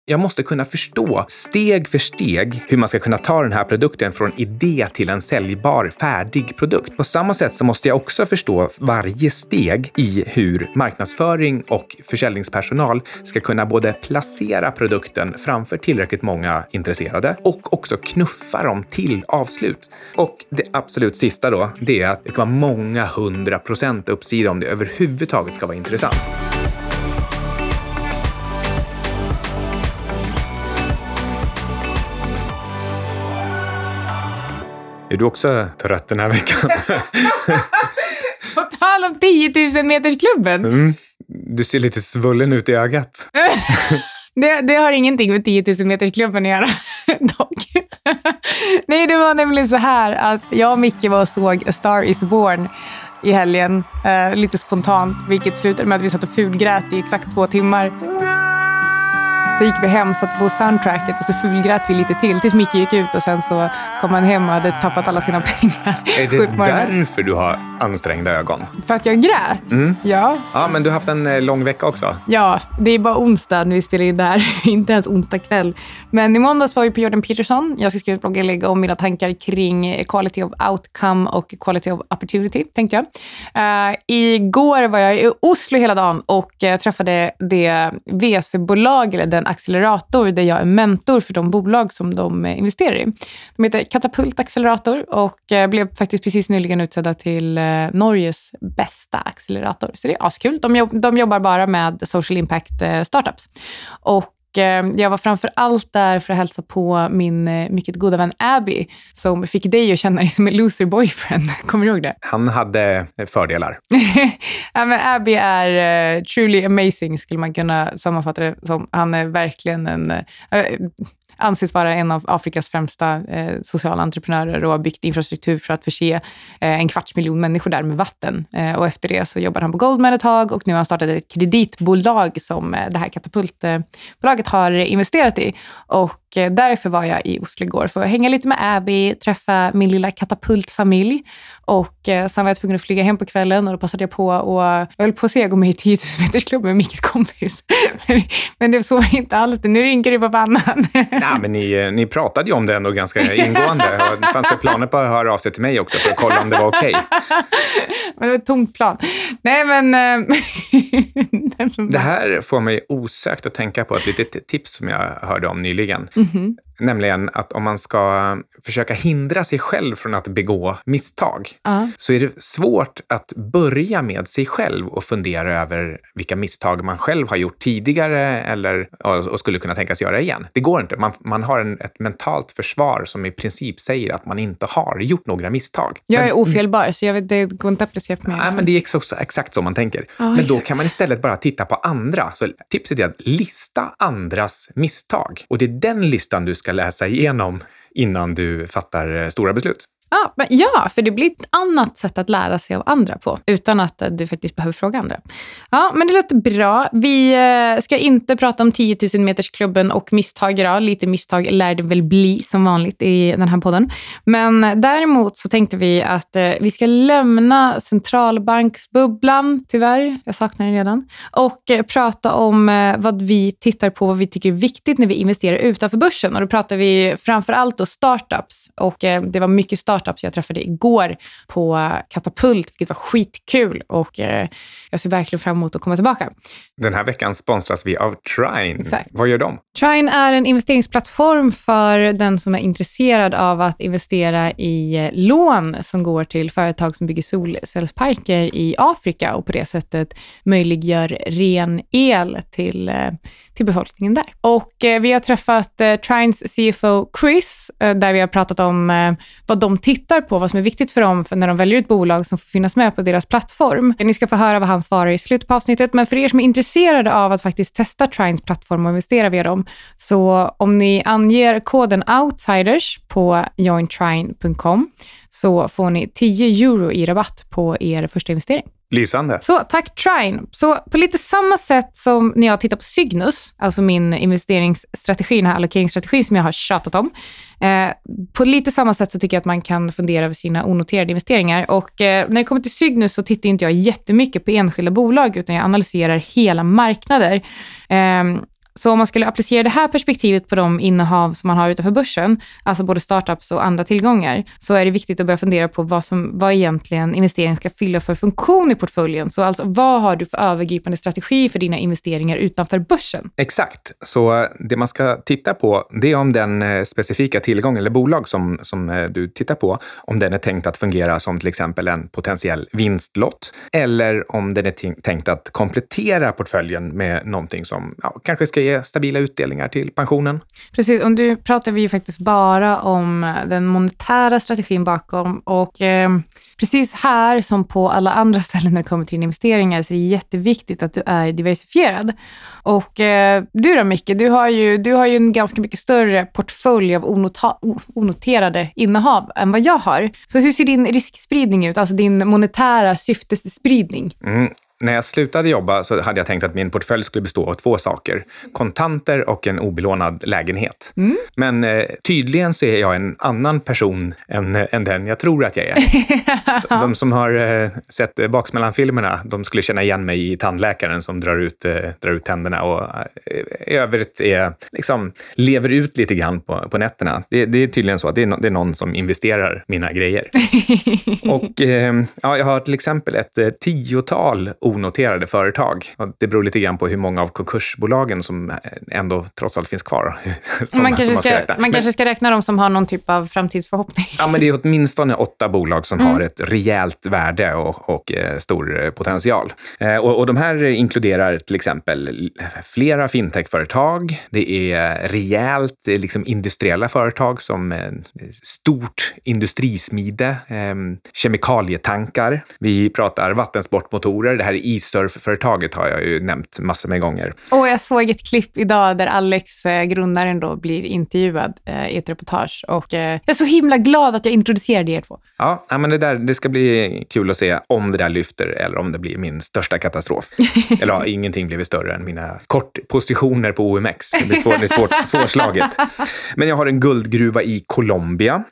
Jag måste kunna förstå steg för steg hur man ska kunna ta den här produkten från idé till en säljbar, färdig produkt. På samma sätt så måste jag också förstå varje steg i hur marknadsföring och försäljningspersonal ska kunna både placera produkten framför tillräckligt många intresserade och också knuffa dem till avslut. Och det absolut sista då, det är att det ska vara många 100% uppsida om det överhuvudtaget ska vara intressant. Är du också trött den här veckan? På tal om 10 000 metersklubben. Du ser lite svullen ut i ögat. Det har ingenting med 10 000 metersklubben att göra, dock. Nej, det var nämligen så här att jag och Micke var och såg A Star is Born i helgen. Lite spontant, vilket slutade med att vi satt och fulgrät i exakt 2 timmar. Så gick vi hem, satt på soundtracket och så fulgrät vi lite tills Micke gick ut och sen så kom han hem och hade tappat alla sina pengar. Är det därför du har ansträngda ögon? För att jag grät? Ja. Ja, men du har haft en lång vecka också. Ja, det är bara onsdag när vi spelar in det här. Inte ens onsdag kväll. Men i måndags var vi på Jordan Peterson. Jag ska skriva ett blogginlägg om mina tankar kring quality of outcome och quality of opportunity, tänkte jag. Igår var jag i Oslo hela dagen och träffade det VC-bolag, eller den accelerator där jag är mentor för de bolag som de investerar i. De heter Katapult Accelerator och blev faktiskt precis nyligen utsedda till Norges bästa accelerator. Så det är askul. De jobbar bara med social impact startups. Och jag var framför allt där för att hälsa på min mycket goda vän Abby som fick dig att känna dig som en loser boyfriend. Kommer du ihåg det? Han hade fördelar. Ja, men Abby är truly amazing, skulle man kunna sammanfatta det som. Han är verkligen anses vara en av Afrikas främsta sociala entreprenörer och har byggt infrastruktur för att förse 250 000 människor där med vatten. Och efter det så jobbar han på Goldman ett tag och nu har han startat ett kreditbolag som det här Katapultbolaget har investerat i. Och därför var jag i Oslo igår för att hänga lite med Abby, träffa min lilla katapultfamilj. Och sen var jag tvungen att flyga hem på kvällen och då passade jag på och jag höll på att se gå med i 10 000 metersklubben med Mickes kompis. Men det så inte alls det. Nu ringer det på pannan. Nej, men ni pratade ju om det ändå ganska ingående. Det fanns ju planer på att höra av sig till mig också för att kolla om det var okej. Men det var ett tomt plan. Nej, men... Det här får mig osökt att tänka på ett litet tips som jag hörde om nyligen. Mm-hmm. Nämligen att om man ska försöka hindra sig själv från att begå misstag så är det svårt att börja med sig själv och fundera över vilka misstag man själv har gjort tidigare och skulle kunna tänkas göra igen. Det går inte. Man har ett mentalt försvar som i princip säger att man inte har gjort några misstag. Jag är ofelbar så jag vet, det går inte att applicera på mig. Nej, men det är också exakt så man tänker. Men då kan man istället bara titta på andra. Så tipset är att lista andras misstag. Och det är den listan du ska läsa igenom innan du fattar stora beslut. Ja, för det blir ett annat sätt att lära sig av andra på utan att du faktiskt behöver fråga andra. Ja, men det låter bra. Vi ska inte prata om 10 000 metersklubben och misstag idag. Lite misstag lär det väl bli som vanligt i den här podden. Men däremot så tänkte vi att vi ska lämna centralbanksbubblan, tyvärr. Jag saknar den redan. Och prata om vad vi tittar på, vad vi tycker är viktigt när vi investerar utanför börsen. Och då pratar vi framförallt om startups. Och det var mycket startups jag träffade igår på Katapult, vilket var skitkul och jag ser verkligen fram emot att komma tillbaka. Den här veckan sponsras vi av Trine. Exakt. Vad gör de? Trine är en investeringsplattform för den som är intresserad av att investera i lån som går till företag som bygger solcellsparker i Afrika och på det sättet möjliggör ren el till befolkningen där. Och vi har träffat Trines CFO Chris där vi har pratat om vad de tittar på, vad som är viktigt för dem när de väljer ett bolag som får finnas med på deras plattform. Ni ska få höra vad han svarar i slutet på avsnittet, men för er som är intresserade av att faktiskt testa Trines plattform och investera via dem, så om ni anger koden OUTSIDERS på jointrine.com så får ni 10 euro i rabatt på er första investering. Lysande. Så tack Trine. Så på lite samma sätt som när jag tittar på Cygnus, alltså min investeringsstrategi, den här allokeringsstrategin som jag har tjatat om. På lite samma sätt så tycker jag att man kan fundera över sina onoterade investeringar. Och när det kommer till Cygnus så tittar inte jag jättemycket på enskilda bolag utan jag analyserar hela marknader. Så om man skulle applicera det här perspektivet på de innehav som man har utanför börsen, alltså både startups och andra tillgångar, så är det viktigt att börja fundera på vad egentligen investeringen ska fylla för funktion i portföljen. Så alltså, vad har du för övergripande strategi för dina investeringar utanför börsen? Exakt. Så det man ska titta på, det är om den specifika tillgång eller bolag som du tittar på, om den är tänkt att fungera som till exempel en potentiell vinstlott, eller om den är tänkt att komplettera portföljen med någonting som kanske ska ge stabila utdelningar till pensionen. Precis, och nu pratar vi ju faktiskt bara om den monetära strategin bakom, och precis här som på alla andra ställen när det kommer till investeringar så är det jätteviktigt att du är diversifierad. Och du då, Micke, du har ju en ganska mycket större portfölj av onoterade innehav än vad jag har. Så hur ser din riskspridning ut, alltså din monetära syftesspridning? När jag slutade jobba så hade jag tänkt att min portfölj skulle bestå av 2 saker. Kontanter och en obelånad lägenhet. Men tydligen så är jag en annan person än den jag tror att jag är. De som har sett Baksmällan-filmerna, de skulle känna igen mig i tandläkaren som drar ut tänderna och i övrigt lever ut lite grann på nätterna. Det är tydligen så att det är någon som investerar mina grejer. Och jag har till exempel ett 10-tal onoterade företag. Och det beror lite grann på hur många av konkursbolagen som ändå trots allt finns kvar. Man kanske ska räkna dem som har någon typ av framtidsförhoppning. Ja, men det är åtminstone 8 bolag som har ett rejält värde och stor potential. Och de här inkluderar till exempel flera fintechföretag. Det är rejält industriella företag som stort industrismide, kemikalietankar. Vi pratar vattensportmotorer. Det här e-surf-företaget har jag ju nämnt massor med gånger. Och jag såg ett klipp idag där Alex, grundaren då, blir intervjuad i ett reportage. Och jag är så himla glad att jag introducerade er 2. Ja, men det ska bli kul att se om det där lyfter eller om det blir min största katastrof. Eller ingenting blir större än mina kortpositioner på OMX. Det är svårslaget. Men jag har en guldgruva i Colombia.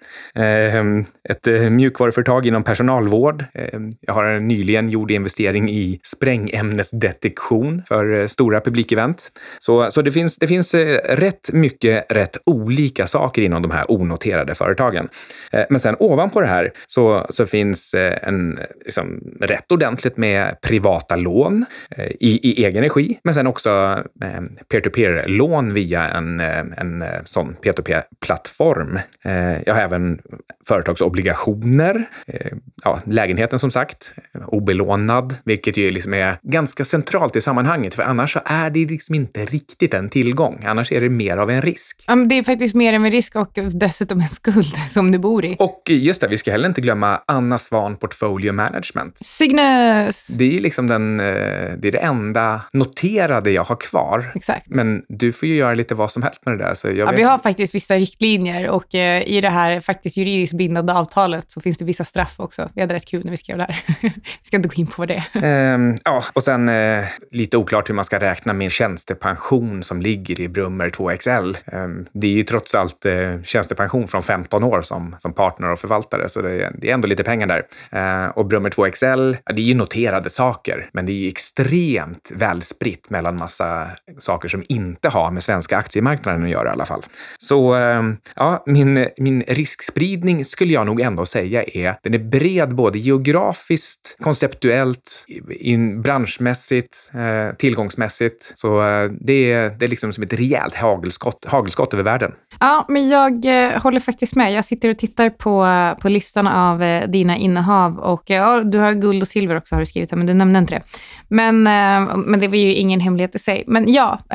Ett mjukvaruföretag inom personalvård. Jag har en nyligen gjord investering i sprängämnesdetektion för stora publikevent. Så det finns rätt mycket rätt olika saker inom de här onoterade företagen. Men sen ovanpå det här så finns rätt ordentligt med privata lån i egen regi, men sen också peer-to-peer-lån via en sån P2P-plattform. Jag har även företagsobligationer, lägenheten som sagt, obelånad, vilket ju är ganska centralt i sammanhanget, för annars så är det inte riktigt en tillgång. Annars är det mer av en risk. Ja, men det är faktiskt mer av en risk och dessutom en skuld som du bor i. Och just det, vi ska heller inte glömma Anna Svan Portfolio Management. Cygnus! Det är det är det enda noterade jag har kvar. Exakt. Men du får ju göra lite vad som helst med det där. Så vi har faktiskt vissa riktlinjer och i det här faktiskt juridiskt bindande avtalet så finns det vissa straff också. Vi hade rätt kul när vi skrev det här. Vi ska inte gå in på vad det är. Och sen lite oklart hur man ska räkna med tjänstepension som ligger i Brummer 2XL. Det är ju trots allt tjänstepension från 15 år som partner och förvaltare, så det är ändå lite pengar där. Och Brummer 2XL, det är ju noterade saker, men det är ju extremt välspritt mellan massa saker som inte har med svenska aktiemarknaden att göra i alla fall. Så min riskspridning skulle jag nog ändå säga den är bred både geografiskt, konceptuellt, branschmässigt, tillgångsmässigt. Så det är liksom som ett rejält hagelskott över världen. Ja, men jag håller faktiskt med. Jag sitter och tittar på listan av dina innehav och du har guld och silver också har du skrivit här, men du nämnde inte det. Men det var ju ingen hemlighet i sig. Men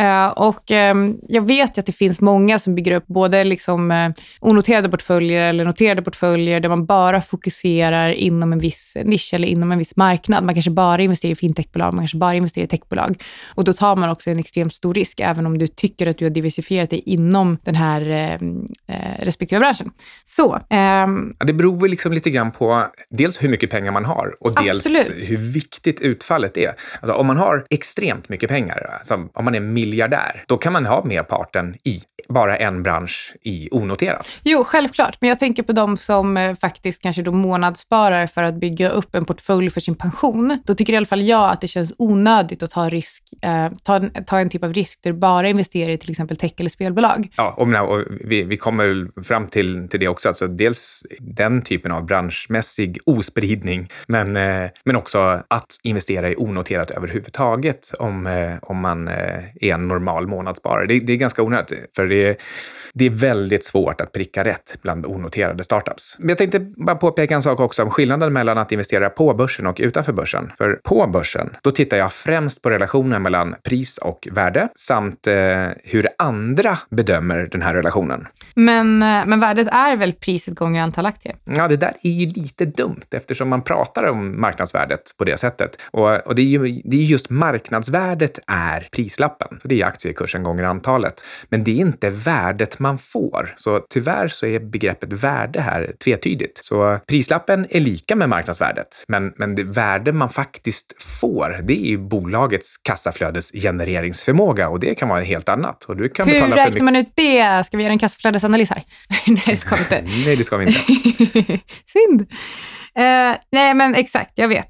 jag vet ju att det finns många som bygger upp både onoterade portföljer eller noterade portföljer där man bara fokuserar inom en viss nisch eller inom en viss marknad. Man kanske bara investerar i fintechbolag, man kanske bara investerar i techbolag. Och då tar man också en extremt stor risk även om du tycker att du har diversifierat dig inom den här respektive branschen. Så. Det beror väl lite grann på dels hur mycket pengar man har och dels hur viktigt utfallet är. Alltså, om man har extremt mycket pengar, alltså, om man är miljardär, då kan man ha merparten i bara en bransch i onoterat. Jo, självklart. Men jag tänker på de som faktiskt kanske då månadssparar för att bygga upp en portfölj för sin pension. Då tycker jag i alla fall jag att det känns onödigt att ta risk, ta en typ av risk där du bara investerar i till exempel tech eller spelbolag. Ja, och vi kommer fram till det också. Alltså dels den typen av branschmässig ospridning, men också att investera i onoterat överhuvudtaget om man är en normal månadssparare. Det är ganska onödigt, för det är väldigt svårt att pricka rätt bland onoterade startups. Men jag tänkte bara påpeka en sak också om skillnaden mellan att investera på börsen och utanför börsen. För på börsen, då tittar jag främst på relationen mellan pris och värde samt hur andra bedömer den här relationen. Men värdet är väl priset gånger antal aktier? Ja, det där är ju lite dumt eftersom man pratar om marknadsvärdet på det sättet. Och det är just marknadsvärdet är prislappen. Så det är aktiekursen gånger antalet. Men det är inte värdet man får. Så tyvärr så är begreppet värde här tvetydigt. Så prislappen är lika med marknadsvärdet. Men det värde man faktiskt får, det är ju bolagets kassaflödesgenereringsförmåga. Och det kan vara helt annat. Och du kan hur betala räknar man ut det? Ska vi göra en kassaflödesanalys här? Nej, det ska vi inte. Nej, det ska vi inte. Synd. Nej, men exakt, jag vet.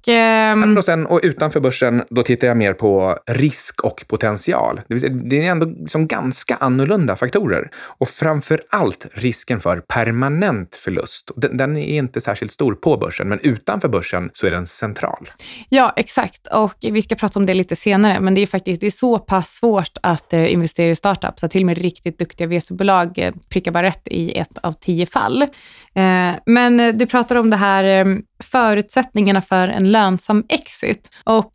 Och utanför börsen, då tittar jag mer på risk och potential. Det är ändå liksom ganska annorlunda faktorer. Och framför allt risken för permanent förlust. Den är inte särskilt stor på börsen, men utanför börsen så är den central. Ja, exakt. Och vi ska prata om det lite senare, men det är så pass svårt att investera i startups. Att till och med riktigt duktiga VC-bolag prickar bara rätt i 1 av 10 fall. Men du pratar om det här förutsättningarna för en lönsam exit. Och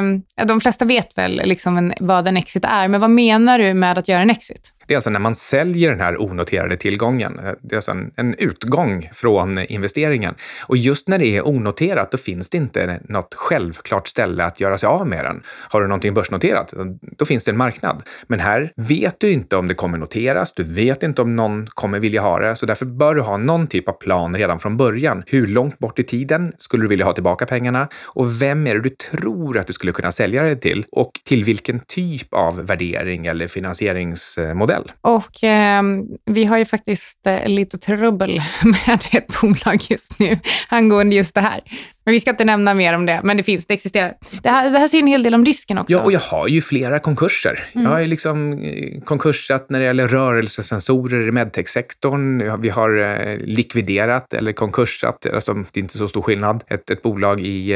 de flesta vet väl liksom vad en exit är. Men vad menar du med att göra en exit? Det är alltså när man säljer den här onoterade tillgången. Det är alltså en utgång från investeringen. Och just när det är onoterat, då finns det inte något självklart ställe att göra sig av med den. Har du någonting börsnoterat, då finns det en marknad. Men här vet du inte om det kommer noteras. Du vet inte om någon kommer vilja ha det. Så därför bör du ha någon typ av plan redan från början. Hur långt bort i tiden skulle du vilja ha tillbaka pengarna? Och vem är det du tror att du skulle kunna sälja det till? Och till vilken typ av värdering eller finansieringsmodell? Och vi har ju faktiskt lite trubbel med ett bolag just nu angående just det här. Men vi ska inte nämna mer om det, men det existerar. Det här ser en hel del om risken också. Ja, och jag har ju flera konkurser. Jag har ju liksom konkursat när det gäller rörelsesensorer i medtech-sektorn. Vi har likviderat eller konkursat, alltså det är inte så stor skillnad, ett bolag i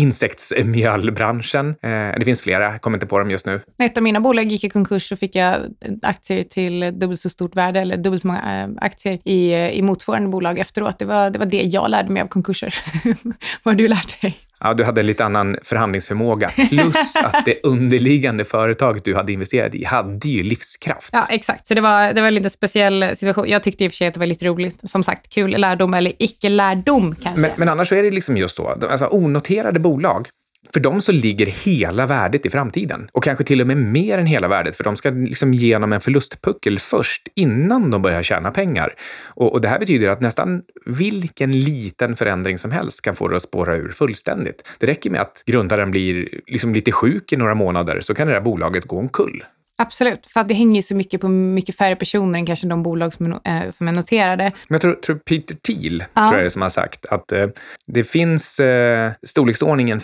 insektsmjölbranschen. Det finns flera, jag kommer inte på dem just nu. Ett av mina bolag gick i konkurs och fick jag aktier till dubbelt så stort värde eller dubbelt så många aktier i motsvarande bolag efteråt. Det var det jag lärde mig av konkurser. Vad har du lärt dig? Ja, du hade lite annan förhandlingsförmåga. Plus att det underliggande företaget du hade investerat i hade ju livskraft. Ja, exakt. Så det var en lite speciell situation. Jag tyckte i och för sig att det var lite roligt. Som sagt, kul lärdom eller icke-lärdom kanske. Men annars så är det liksom just så. Alltså onoterade bolag, för dem så ligger hela värdet i framtiden. Och kanske till och med mer än hela värdet. För de ska liksom genom en förlustpuckel först innan de börjar tjäna pengar. Och det här betyder att nästan vilken liten förändring som helst kan få det att spåra ur fullständigt. Det räcker med att grundaren blir liksom lite sjuk i några månader så kan det här bolaget gå omkull. Absolut, för att det hänger så mycket på mycket färre personer än kanske de bolag som är noterade. Men jag tror Peter Thiel tror jag som har sagt att det finns storleksordningen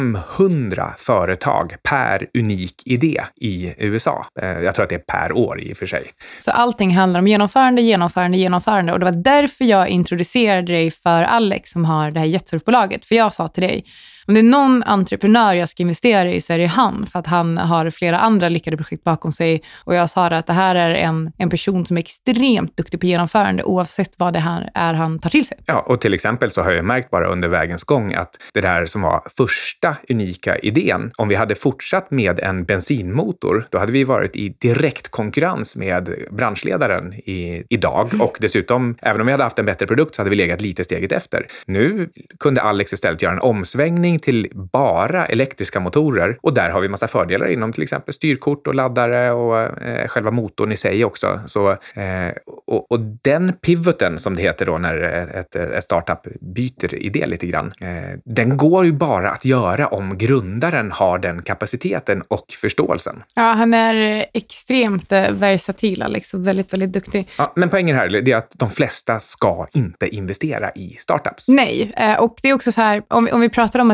500 företag per unik idé i USA. Jag tror att det är per år i och för sig. Så allting handlar om genomförande och det var därför jag introducerade dig för Alex som har det här jetsurfbolaget. För jag sa till dig, om det är någon entreprenör jag ska investera i så är det han. För att han har flera andra lyckade projekt bakom sig. Och jag sa att det här är en person som är extremt duktig på genomförande oavsett vad det här är han tar till sig. Ja, och till exempel så har jag märkt bara under vägens gång att det där som var första unika idén, om vi hade fortsatt med en bensinmotor, då hade vi varit i direkt konkurrens med branschledaren idag. Och dessutom, även om vi hade haft en bättre produkt så hade vi legat lite steget efter. Nu kunde Alex istället göra en omsvängning till bara elektriska motorer och där har vi massa fördelar inom till exempel styrkort och laddare och själva motorn i sig också. Så, och den pivoten som det heter då när ett startup byter idé lite grann, den går ju bara att göra om grundaren har den kapaciteten och förståelsen. Ja, han är extremt versatil, Alex, och väldigt, väldigt duktig. Ja, men poängen här är att de flesta ska inte investera i startups. Nej, och det är också så här, om vi pratar om att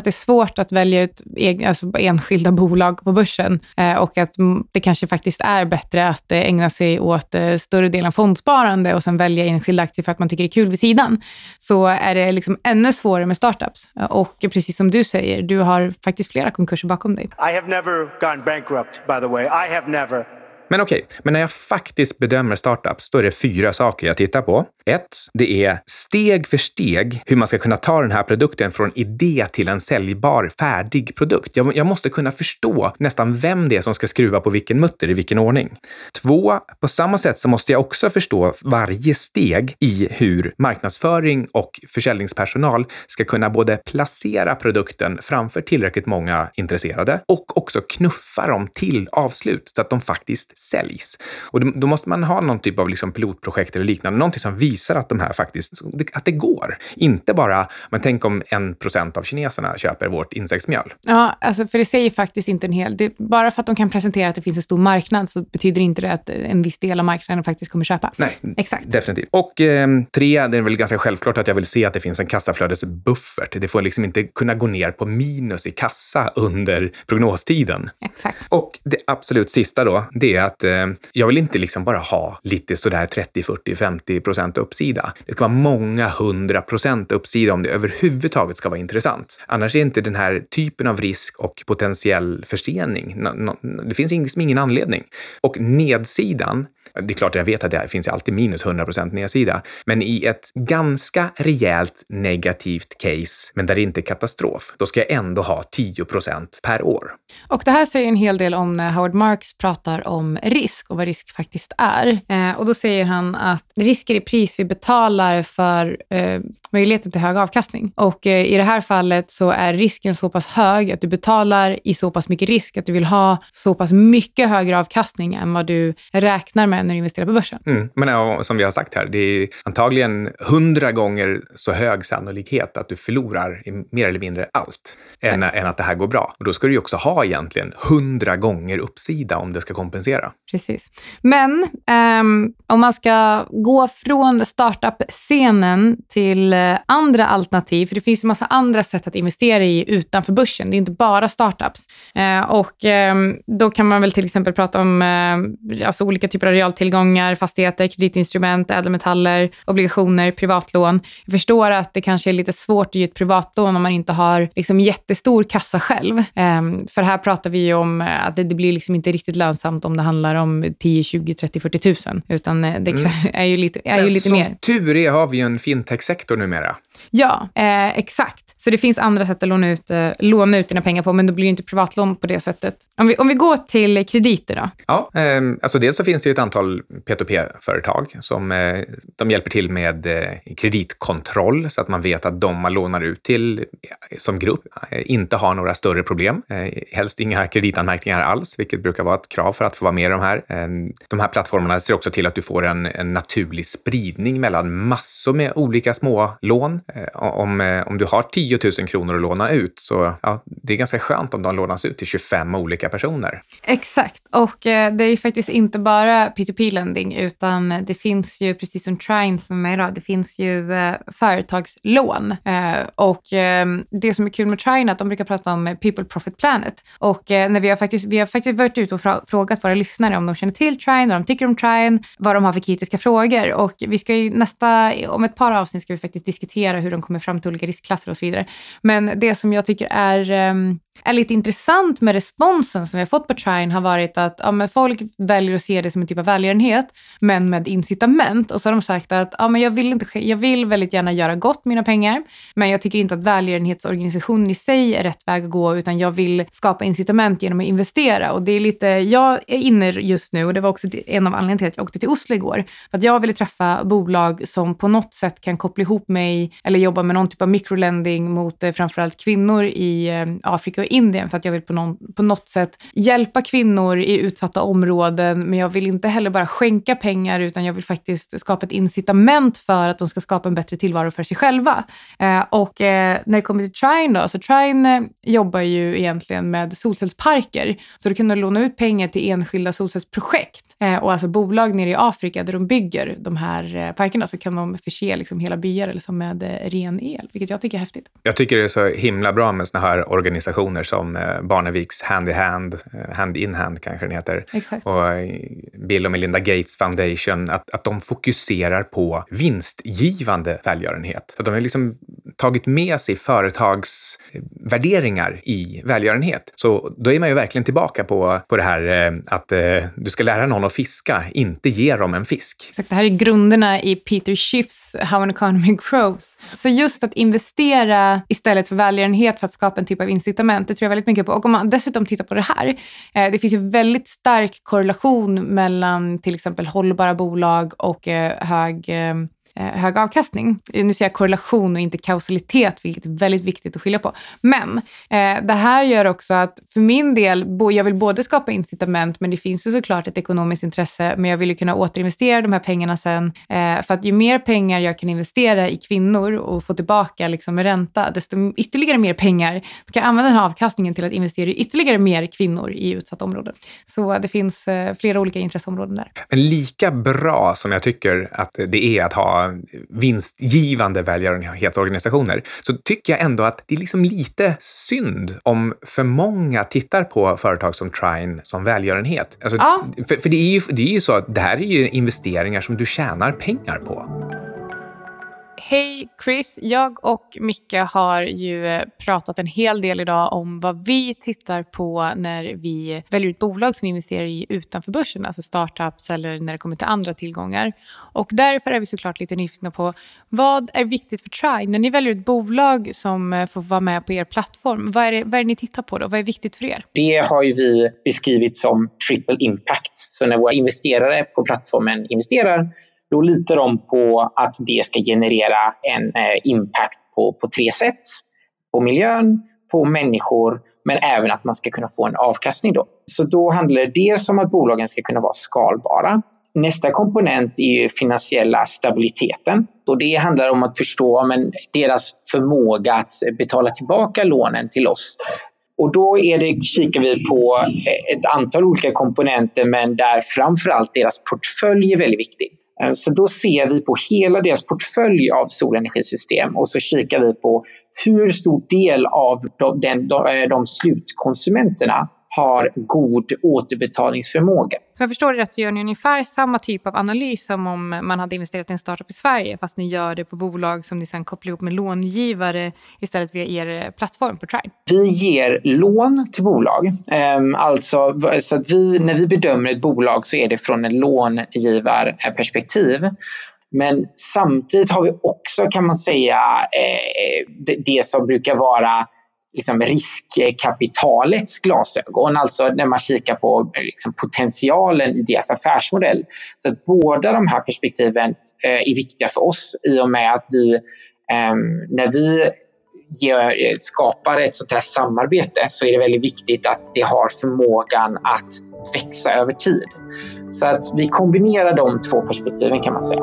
är svårt att välja ut enskilda bolag på börsen och att det kanske faktiskt är bättre att ägna sig åt större delen av fondsparande och sen välja enskilda aktier för att man tycker det är kul vid sidan, så är det liksom ännu svårare med startups. Och precis som du säger, du har faktiskt flera konkurser bakom dig. I have never gone bankrupt, by the way. I have never. Men okej, men när jag faktiskt bedömer startups, då är det 4 saker jag tittar på. 1, det är steg för steg hur man ska kunna ta den här produkten från idé till en säljbar, färdig produkt. Jag måste kunna förstå nästan vem det är som ska skruva på vilken mutter i vilken ordning. 2, på samma sätt så måste jag också förstå varje steg i hur marknadsföring och försäljningspersonal ska kunna både placera produkten framför tillräckligt många intresserade och också knuffa dem till avslut så att de faktiskt säljs. Och då måste man ha någon typ av liksom pilotprojekt eller liknande, någonting som visar att de här faktiskt, att det går. Inte bara, men tänk om 1% av kineserna köper vårt insektsmjöl. Ja, alltså för det säger faktiskt inte en hel. Bara för att de kan presentera att det finns en stor marknad så betyder inte det att en viss del av marknaden faktiskt kommer köpa. Nej, exakt. Definitivt. Och 3, det är väl ganska självklart att jag vill se att det finns en kassaflödesbuffert. Det får liksom inte kunna gå ner på minus i kassa under prognostiden. Exakt. Och det absolut sista då, det är att jag vill inte liksom bara ha lite sådär 30, 40, 50% uppsida. Det ska vara många 100% uppsida om det överhuvudtaget ska vara intressant. Annars är inte den här typen av risk och potentiell försening. Det finns ingen anledning. Och nedsidan, det är klart jag vet att det finns alltid minus 100% nedsida, men i ett ganska rejält negativt case, men där det inte är katastrof, då ska jag ändå ha 10% per år. Och det här säger en hel del om när Howard Marks pratar om risk och vad risk faktiskt är. Och då säger han att risker är pris vi betalar för möjligheten till hög avkastning. Och i det här fallet så är risken så pass hög att du betalar i så pass mycket risk att du vill ha så pass mycket högre avkastning än vad du räknar med när du investerar på börsen. Men som vi har sagt här, det är antagligen 100 gånger så hög sannolikhet att du förlorar i mer eller mindre allt än att det här går bra. Och då ska du ju också ha egentligen 100 gånger uppsida om det ska kompensera. Precis. Men om man ska gå från startup-scenen till andra alternativ, för det finns en massa andra sätt att investera i utanför börsen. Det är inte bara startups. Då kan man väl till exempel prata om olika typer av realtillgångar, fastigheter, kreditinstrument, ädelmetaller, obligationer, privatlån. Jag förstår att det kanske är lite svårt att ge ett privatlån om man inte har liksom jättestor kassa själv. För här pratar vi ju om att det blir liksom inte riktigt lönsamt om det handlar om 10, 20, 30, 40 000. Utan det är ju lite mer. Som tur är har vi ju en fintech-sektor numera. Ja, exakt. Så det finns andra sätt att låna ut dina pengar på, men då blir det inte privatlån på det sättet. Om vi går till krediter då? Ja, alltså dels så finns det ju ett antal P2P-företag som de hjälper till med kreditkontroll så att man vet att de man lånar ut till som grupp inte har några större problem. Helst inga kreditanmärkningar alls, vilket brukar vara ett krav för att få vara med i de här. De här plattformarna ser också till att du får en naturlig spridning mellan massor med olika små lån. Om du har 10 000 kronor att låna ut så det är ganska skönt om de lånas ut till 25 olika personer. Exakt, och det är ju faktiskt inte bara P2P-lending utan det finns ju, precis som Trine som är idag, det finns ju företagslån. Och det som är kul med Trine är att de brukar prata om People Profit Planet. Och när vi har faktiskt varit ute och frågat våra lyssnare om de känner till Trine, vad de tycker om Trine, vad de har för kritiska frågor. Och vi ska om ett par avsnitt ska vi faktiskt diskutera hur de kommer fram till olika riskklasser och så vidare. Men det som jag tycker är lite intressant med responsen som vi har fått på Trine har varit att folk väljer att se det som en typ av välgörenhet, men med incitament. Och så har de sagt att jag vill väldigt gärna göra gott med mina pengar, men jag tycker inte att välgörenhetsorganisationen i sig är rätt väg att gå, utan jag vill skapa incitament genom att investera. Och det är lite, jag är inne just nu, och det var också en av anledningarna till att jag åkte till Oslo igår, för att jag ville träffa bolag som på något sätt kan koppla ihop mig eller jobba med någon typ av mikrolending mot framförallt kvinnor i Afrika och Indien, för att jag vill på något sätt hjälpa kvinnor i utsatta områden, men jag vill inte heller bara skänka pengar, utan jag vill faktiskt skapa ett incitament för att de ska skapa en bättre tillvaro för sig själva. Och när det kommer till Trine då, så Trine jobbar ju egentligen med solcellsparker, så du kan låna ut pengar till enskilda solcellsprojekt och alltså bolag nere i Afrika där de bygger de här parkerna, så kan de förse liksom hela byar eller så med ren el, vilket jag tycker är häftigt. Jag tycker det är så himla bra med såna här organisationer som Barneviks Hand in Hand kanske den heter. Exakt. Och Bill och Melinda Gates Foundation, att de fokuserar på vinstgivande välgörenhet. Så de har liksom tagit med sig företagsvärderingar i välgörenhet. Så då är man ju verkligen tillbaka på det här att du ska lära någon att fiska, inte ge dem en fisk. Exakt, det här är grunderna i Peter Schiffs How an Economy Grows. Så just att investera istället för välgörenhet för att skapa en typ av incitament, det tror jag väldigt mycket på. Och om man dessutom tittar på det här, det finns ju väldigt stark korrelation mellan till exempel hållbara bolag och hög avkastning. Nu säger jag korrelation och inte kausalitet, vilket är väldigt viktigt att skilja på. Men det här gör också att för min del, jag vill både skapa incitament, men det finns ju såklart ett ekonomiskt intresse, men jag vill ju kunna återinvestera de här pengarna sen. För att ju mer pengar jag kan investera i kvinnor och få tillbaka liksom med ränta, desto ytterligare mer pengar ska jag använda den här avkastningen till att investera i ytterligare mer kvinnor i utsatta områden. Så det finns flera olika intresseområden där. Men lika bra som jag tycker att det är att ha vinstgivande välgörenhetsorganisationer, så tycker jag ändå att det är liksom lite synd om för många tittar på företag som Trine som välgörenhet. Alltså, ja. För det är ju så att det här är ju investeringar som du tjänar pengar på. Hej Chris, jag och Micke har ju pratat en hel del idag om vad vi tittar på när vi väljer ett bolag som vi investerar i utanför börsen, alltså startups eller när det kommer till andra tillgångar. Och därför är vi såklart lite nyfikna på vad är viktigt för Trine? När ni väljer ett bolag som får vara med på er plattform, vad är det ni tittar på då? Vad är viktigt för er? Det har ju vi beskrivit som triple impact. Så när våra investerare på plattformen investerar, då litar de på att det ska generera en impact på 3 sätt. På miljön, på människor, men även att man ska kunna få en avkastning då. Så då handlar det dels om att bolagen ska kunna vara skalbara. Nästa komponent är ju finansiella stabiliteten. Och det handlar om att förstå deras förmåga att betala tillbaka lånen till oss. Och då kikar vi på ett antal olika komponenter, men där framförallt deras portfölj är väldigt viktig. Så då ser vi på hela deras portfölj av solenergisystem och så kikar vi på hur stor del av de slutkonsumenterna har god återbetalningsförmåga. Så jag förstår det rätt, så gör ni ungefär samma typ av analys som om man hade investerat i en startup i Sverige, fast ni gör det på bolag som ni sedan kopplar ihop med långivare istället via er plattform på Trine. Vi ger lån till bolag. Alltså, så att när vi bedömer ett bolag så är det från en långivarperspektiv. Men samtidigt har vi också, kan man säga, det som brukar vara liksom riskkapitalets glasögon, alltså när man kikar på liksom potentialen i deras affärsmodell. Så att båda de här perspektiven är viktiga för oss i och med att vi, när vi skapar ett sånt här samarbete, så är det väldigt viktigt att det har förmågan att växa över tid. Så att vi kombinerar de 2 perspektiven, kan man säga.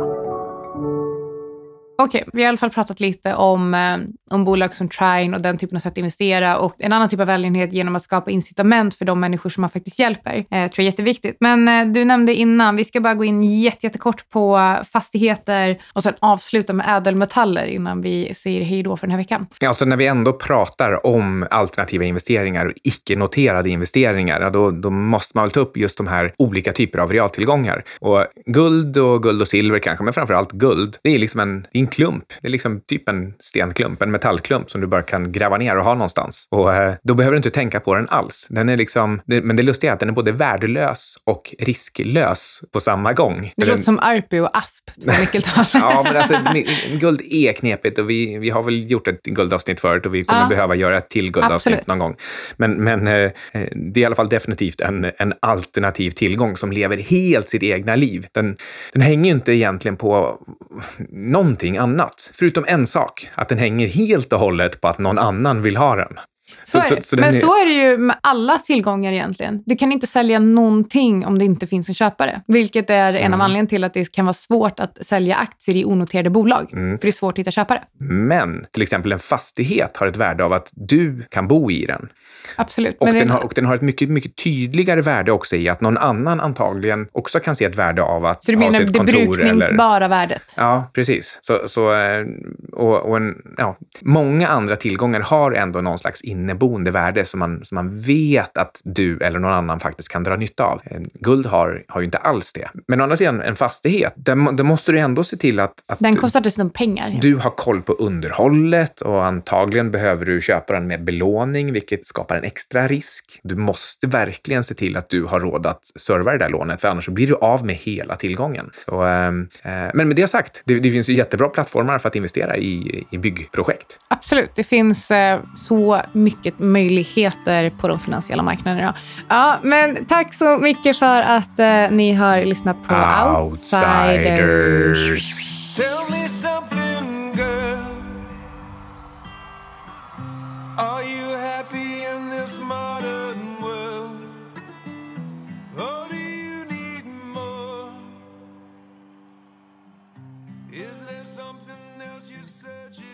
Okej, vi har i alla fall pratat lite om bolag som Trine och den typen av sätt att investera och en annan typ av välgörenhet genom att skapa incitament för de människor som man faktiskt hjälper. Jag tror det är jätteviktigt. Men du nämnde innan, vi ska bara gå in jättekort på fastigheter och sen avsluta med ädelmetaller innan vi säger hej då för den här veckan. Ja, så när vi ändå pratar om alternativa investeringar och icke-noterade investeringar, då måste man väl ta upp just de här olika typer av realtillgångar. Och guld och silver kanske, men framförallt guld, det är liksom en klump. Det är liksom typ en stenklump, en metallklump som du bara kan gräva ner och ha någonstans. Och då behöver du inte tänka på den alls. Den är liksom, men det lustiga är att den är både värdelös och risklös på samma gång. Det låter som Arpi och Asp, 2 nyckeltal. Ja, men alltså guld är knepigt och vi har väl gjort ett guldavsnitt förut och vi kommer behöva göra ett till guldavsnitt någon gång. Men det är i alla fall definitivt en alternativ tillgång som lever helt sitt egna liv. Den hänger ju inte egentligen på någonting annat. Förutom en sak, att den hänger helt och hållet på att någon annan vill ha den. Så är det ju med alla tillgångar egentligen. Du kan inte sälja någonting om det inte finns en köpare. Vilket är en av anledningarna till att det kan vara svårt att sälja aktier i onoterade bolag. För det är svårt att hitta köpare. Men till exempel en fastighet har ett värde av att du kan bo i den. Absolut. Och den har ett mycket, mycket tydligare värde också i att någon annan antagligen också kan se ett värde av att så du menar det brukningsbara värdet? Ja, precis. Många andra tillgångar har ändå någon slags inneboende värde som man vet att du eller någon annan faktiskt kan dra nytta av. Guld har ju inte alls det. Men å andra sidan, en fastighet, där måste du ändå se till att den kostar dessutom pengar. Ja. Du har koll på underhållet och antagligen behöver du köpa den med belåning, vilket skapar en extra risk. Du måste verkligen se till att du har råd att serva det där lånet, för annars så blir du av med hela tillgången. Men med det sagt, det finns ju jättebra plattformar för att investera i byggprojekt. Absolut, det finns så mycket möjligheter på de finansiella marknaderna. Ja, men tack så mycket för att ni har lyssnat på Outsiders. Tell me something, girl. Are you happy in this modern world? Or do you need more? Is there something else you're searching?